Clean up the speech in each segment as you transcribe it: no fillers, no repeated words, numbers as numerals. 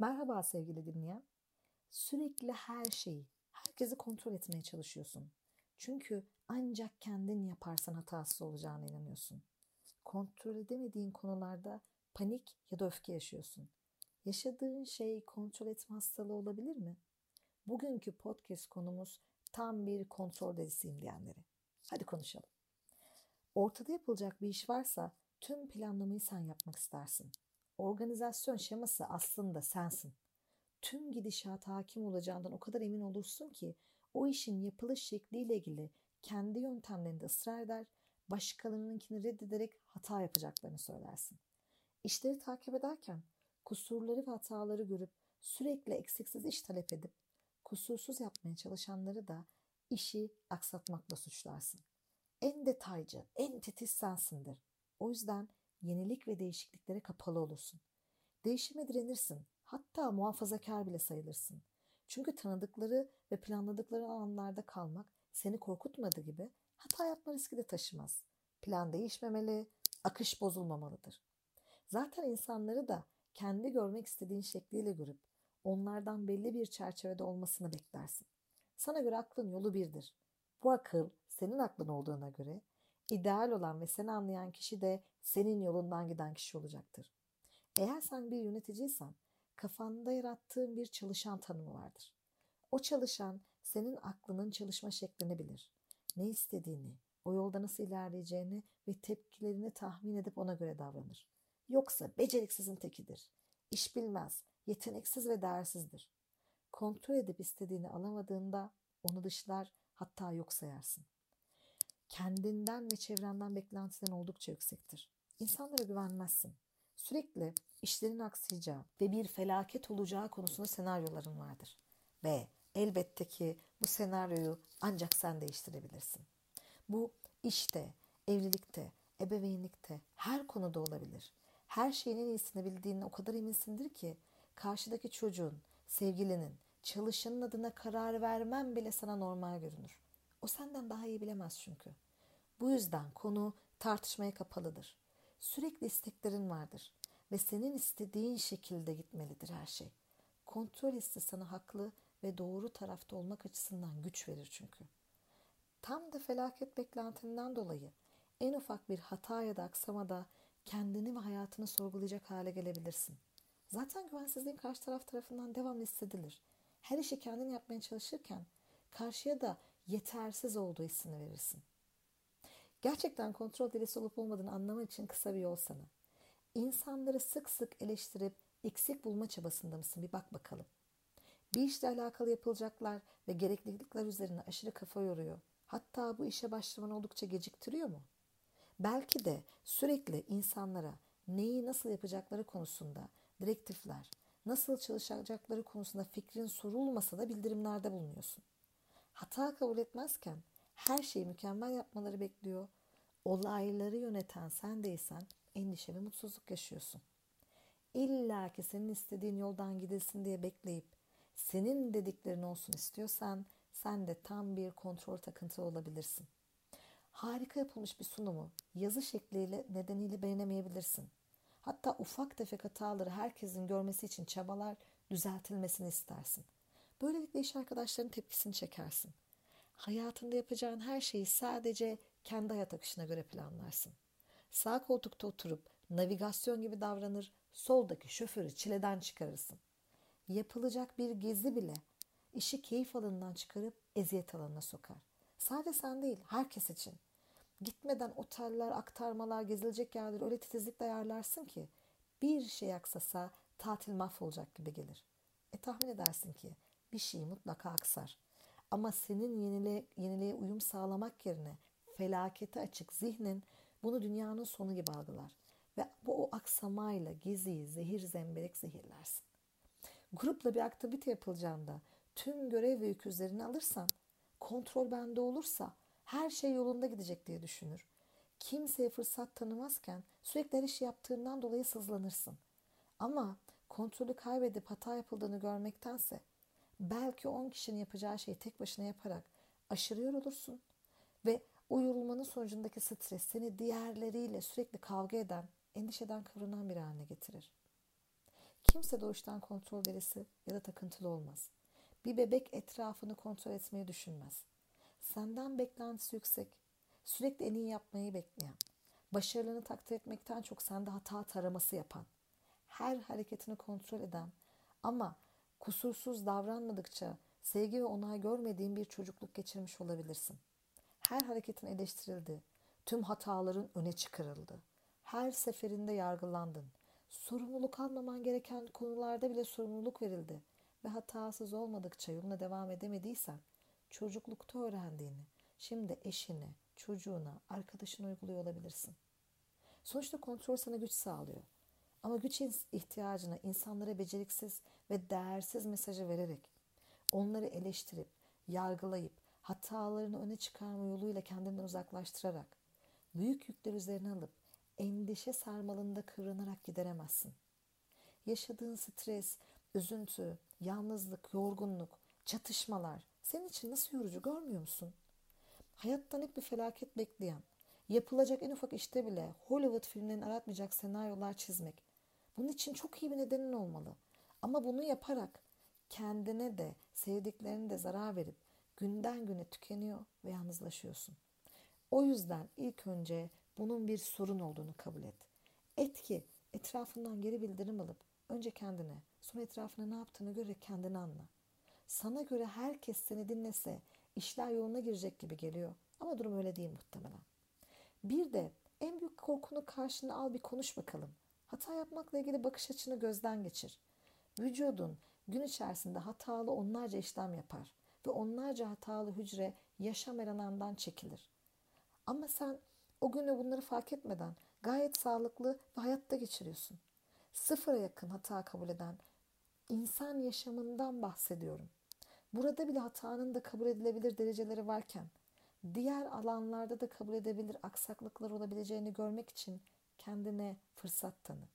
Merhaba sevgili dinleyen. Sürekli her şeyi, herkesi kontrol etmeye çalışıyorsun. Çünkü ancak kendin yaparsan hatasız olacağına inanıyorsun. Kontrol edemediğin konularda panik ya da öfke yaşıyorsun. Yaşadığın şey kontrol etme hastalığı olabilir mi? Bugünkü podcast konumuz tam bir kontrol delisiyim diyenleri. Hadi konuşalım. Ortada yapılacak bir iş varsa tüm planlamayı sen yapmak istersin. Organizasyon şeması aslında sensin. Tüm gidişata hakim olacağından o kadar emin olursun ki o işin yapılış şekliyle ilgili kendi yöntemlerinde ısrar eder, başkalarınınkini reddederek hata yapacaklarını söylersin. İşleri takip ederken kusurları ve hataları görüp sürekli eksiksiz iş talep edip kusursuz yapmaya çalışanları da işi aksatmakla suçlarsın. En detaycı, en titiz sensindir. O yüzden yenilik ve değişikliklere kapalı olursun. Değişime direnirsin. Hatta muhafazakar bile sayılırsın. Çünkü tanıdıkları ve planladıkları alanlarda kalmak seni korkutmadığı gibi hata yapma riski de taşımaz. Plan değişmemeli, akış bozulmamalıdır. Zaten insanları da kendi görmek istediğin şekliyle görüp onlardan belli bir çerçevede olmasını beklersin. Sana göre aklın yolu birdir. Bu akıl senin aklın olduğuna göre ideal olan ve seni anlayan kişi de senin yolundan giden kişi olacaktır. Eğer sen bir yöneticiysen kafanda yarattığın bir çalışan tanımı vardır. O çalışan senin aklının çalışma şeklini bilir. Ne istediğini, o yolda nasıl ilerleyeceğini ve tepkilerini tahmin edip ona göre davranır. Yoksa beceriksizin tekidir. İş bilmez, yeteneksiz ve değersizdir. Kontrol edip istediğini alamadığında onu dışlar, hatta yok sayarsın. Kendinden ve çevrenden beklentilerin oldukça yüksektir. İnsanlara güvenmezsin. Sürekli işlerin aksayacağı ve bir felaket olacağı konusunda senaryoların vardır. Ve elbette ki bu senaryoyu ancak sen değiştirebilirsin. Bu işte, evlilikte, ebeveynlikte, her konuda olabilir. Her şeyin en iyisini bildiğine o kadar eminsindir ki karşıdaki çocuğun, sevgilinin, çalışanın adına karar vermem bile sana normal görünür. O senden daha iyi bilemez çünkü. Bu yüzden konu tartışmaya kapalıdır. Sürekli isteklerin vardır ve senin istediğin şekilde gitmelidir her şey. Kontrol hissi sana haklı ve doğru tarafta olmak açısından güç verir çünkü. Tam da felaket beklentinden dolayı en ufak bir hata ya da aksamada kendini ve hayatını sorgulayacak hale gelebilirsin. Zaten güvensizliğin karşı taraf tarafından devamlı hissedilir. Her işi kendin yapmaya çalışırken karşıya da yetersiz olduğu hissini verirsin. Gerçekten kontrol delisi olup olmadığını anlamak için kısa bir yol sana. İnsanları sık sık eleştirip eksik bulma çabasında mısın? Bir bak bakalım. Bir işle alakalı yapılacaklar ve gereklilikler üzerine aşırı kafa yoruyor. Hatta bu işe başlamanı oldukça geciktiriyor mu? Belki de sürekli insanlara neyi nasıl yapacakları konusunda direktifler, nasıl çalışacakları konusunda fikrin sorulmasa da bildirimlerde bulunuyorsun. Hata kabul etmezken her şeyi mükemmel yapmaları bekliyor. Olayları yöneten sen değilsen endişe ve mutsuzluk yaşıyorsun. İlla ki senin istediğin yoldan gidilsin diye bekleyip senin dediklerin olsun istiyorsan sen de tam bir kontrol takıntılı olabilirsin. Harika yapılmış bir sunumu yazı şekliyle nedeniyle beğenemeyebilirsin. Hatta ufak tefek hataları herkesin görmesi için çabalar, düzeltilmesini istersin. Böylelikle iş arkadaşlarının tepkisini çekersin. Hayatında yapacağın her şeyi sadece kendi hayat akışına göre planlarsın. Sağ koltukta oturup navigasyon gibi davranır, soldaki şoförü çileden çıkarırsın. Yapılacak bir gezi bile işi keyif alanından çıkarıp eziyet alanına sokar. Sadece sen değil, herkes için. Gitmeden oteller, aktarmalar, gezilecek yerleri öyle titizlikle ayarlarsın ki bir şey aksasa tatil mahvolacak gibi gelir. Tahmin edersin ki bir şey mutlaka aksar. Ama senin yeniliğe uyum sağlamak yerine felakete açık zihnin bunu dünyanın sonu gibi algılar. Ve bu o aksamayla geziyi zehir zemberek zehirlersin. Grupla bir aktivite yapılacağında tüm görev ve yük üzerine alırsan, kontrol bende olursa her şey yolunda gidecek diye düşünür. Kimseye fırsat tanımazken sürekli her işi yaptığından dolayı sızlanırsın. Ama kontrolü kaybedip hata yapıldığını görmektense belki 10 kişinin yapacağı şeyi tek başına yaparak aşırıyor olursun ve o yorulmanın sonucundaki stres seni diğerleriyle sürekli kavga eden, endişeden kıvranan bir haline getirir. Kimse doğuştan kontrol delisi ya da takıntılı olmaz. Bir bebek etrafını kontrol etmeyi düşünmez. Senden beklentisi yüksek, sürekli en iyi yapmayı bekleyen, başarılarını takdir etmekten çok sende hata taraması yapan, her hareketini kontrol eden ama kusursuz davranmadıkça sevgi ve onay görmediğin bir çocukluk geçirmiş olabilirsin. Her hareketin eleştirildi, tüm hataların öne çıkarıldı. Her seferinde yargılandın. Sorumluluk almaman gereken konularda bile sorumluluk verildi ve hatasız olmadıkça yoluna devam edemediysen çocuklukta öğrendiğini şimdi eşine, çocuğuna, arkadaşına uyguluyor olabilirsin. Sonuçta kontrol sana güç sağlıyor. Ama güç ihtiyacını insanlara beceriksiz ve değersiz mesajı vererek, onları eleştirip, yargılayıp, hatalarını öne çıkarma yoluyla kendinden uzaklaştırarak, büyük yükler üzerine alıp, endişe sarmalında kıvranarak gideremezsin. Yaşadığın stres, üzüntü, yalnızlık, yorgunluk, çatışmalar senin için nasıl yorucu görmüyor musun? Hayattan hep bir felaket bekleyen, yapılacak en ufak işte bile Hollywood filmlerini aratmayacak senaryolar çizmek. Bunun için çok iyi bir nedenin olmalı. Ama bunu yaparak kendine de sevdiklerine de zarar verip günden güne tükeniyor ve yalnızlaşıyorsun. O yüzden ilk önce bunun bir sorun olduğunu kabul et. Et ki etrafından geri bildirim alıp önce kendine, sonra etrafına ne yaptığını göre kendini anla. Sana göre herkes seni dinlese işler yoluna girecek gibi geliyor. Ama durum öyle değil muhtemelen. Bir de en büyük korkunu karşına al, bir konuş bakalım. Hata yapmakla ilgili bakış açını gözden geçir. Vücudun gün içerisinde hatalı onlarca işlem yapar ve onlarca hatalı hücre yaşam alanından çekilir. Ama sen o günü bunları fark etmeden gayet sağlıklı ve hayatta geçiriyorsun. Sıfıra yakın hata kabul eden insan yaşamından bahsediyorum. Burada bile hatanın da kabul edilebilir dereceleri varken, diğer alanlarda da kabul edebilir aksaklıklar olabileceğini görmek için kendine fırsat tanı.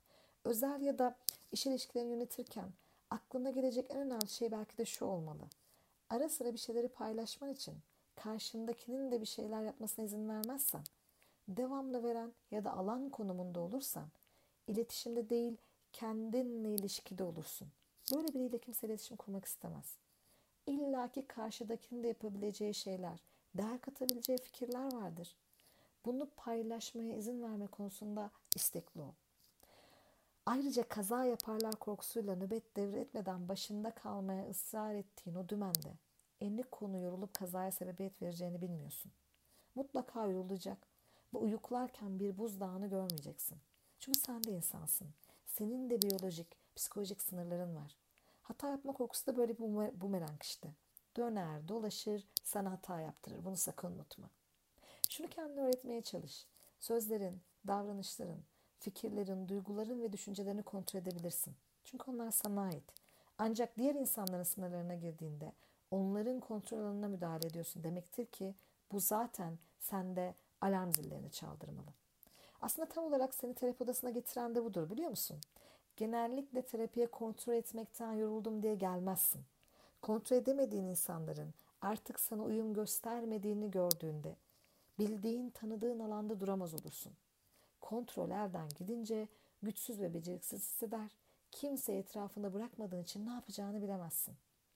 Özel ya da iş ilişkilerini yönetirken aklına gelecek en önemli şey belki de şu olmalı. Ara sıra bir şeyleri paylaşman için karşındakinin de bir şeyler yapmasına izin vermezsen, devamlı veren ya da alan konumunda olursan, iletişimde değil kendinle ilişkide olursun. Böyle biriyle kimse iletişim kurmak istemez. İlla ki karşıdakinin de yapabileceği şeyler, değer katabileceği fikirler vardır. Bunu paylaşmaya izin verme konusunda istekli ol. Ayrıca kaza yaparlar korkusuyla nöbet devretmeden başında kalmaya ısrar ettiğin o dümende enli konu yorulup kazaya sebebiyet vereceğini bilmiyorsun. Mutlaka yorulacak ve uyuklarken bir buzdağını görmeyeceksin. Çünkü sen de insansın. Senin de biyolojik, psikolojik sınırların var. Hata yapma korkusu da böyle bir bumerang işte. Döner, dolaşır, sana hata yaptırır. Bunu sakın unutma. Şunu kendine öğretmeye çalış. Sözlerin, davranışların, fikirlerin, duyguların ve düşüncelerini kontrol edebilirsin. Çünkü onlar sana ait. Ancak diğer insanların sınırlarına girdiğinde onların kontrol alanına müdahale ediyorsun. Demektir ki bu zaten sende alarm zillerini çaldırmalı. Aslında tam olarak seni terapi odasına getiren de budur, biliyor musun? Genellikle terapiye kontrol etmekten yoruldum diye gelmezsin. Kontrol edemediğin insanların artık sana uyum göstermediğini gördüğünde bildiğin, tanıdığın alanda duramaz olursun. Kontrol elden gidince güçsüz ve beceriksiz hisseder. Kimseyi etrafında bırakmadığın için ne yapacağını bilemezsin.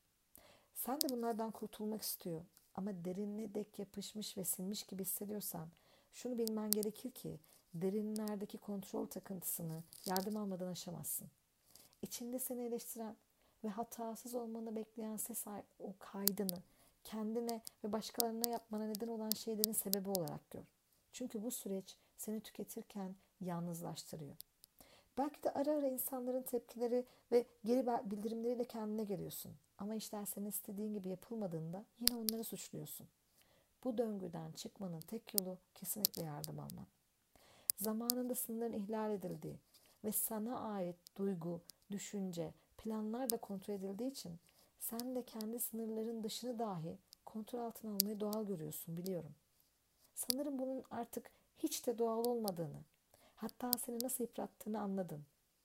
Sen de bunlardan kurtulmak istiyor ama derinine dek yapışmış ve sinmiş gibi hissediyorsan şunu bilmen gerekir ki derinlerdeki kontrol takıntısını yardım almadan aşamazsın. İçinde seni eleştiren ve hatasız olmanı bekleyen ses o kaydını kendine ve başkalarına yapmana neden olan şeylerin sebebi olarak gör. Çünkü bu süreç seni tüketirken yalnızlaştırıyor. Belki de ara ara insanların tepkileri ve geri bildirimleriyle kendine geliyorsun. Ama işler senin istediğin gibi yapılmadığında yine onları suçluyorsun. Bu döngüden çıkmanın tek yolu kesinlikle yardım alman. Zamanında sınırların ihlal edildiği ve sana ait duygu, düşünce, planlar da kontrol edildiği için sen de kendi sınırların dışını dahi kontrol altına almayı doğal görüyorsun, biliyorum. Sanırım bunun artık hiç de doğal olmadığını, hatta seni nasıl yıprattığını anladın.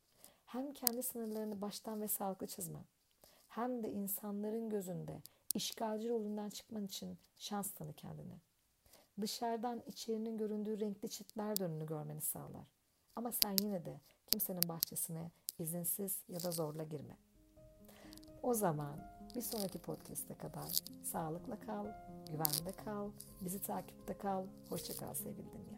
Hem kendi sınırlarını baştan ve sağlıklı çizmen, hem de insanların gözünde işgalci rolünden çıkman için şans tanı kendine. Dışarıdan içerinin göründüğü renkli çitler de önünü görmeni sağlar. Ama sen yine de kimsenin bahçesine izinsiz ya da zorla girme. O zaman bir sonraki podcast'e kadar sağlıkla kal, güvende kal, bizi takipte kal. Hoşça kal sevgili dinleyen.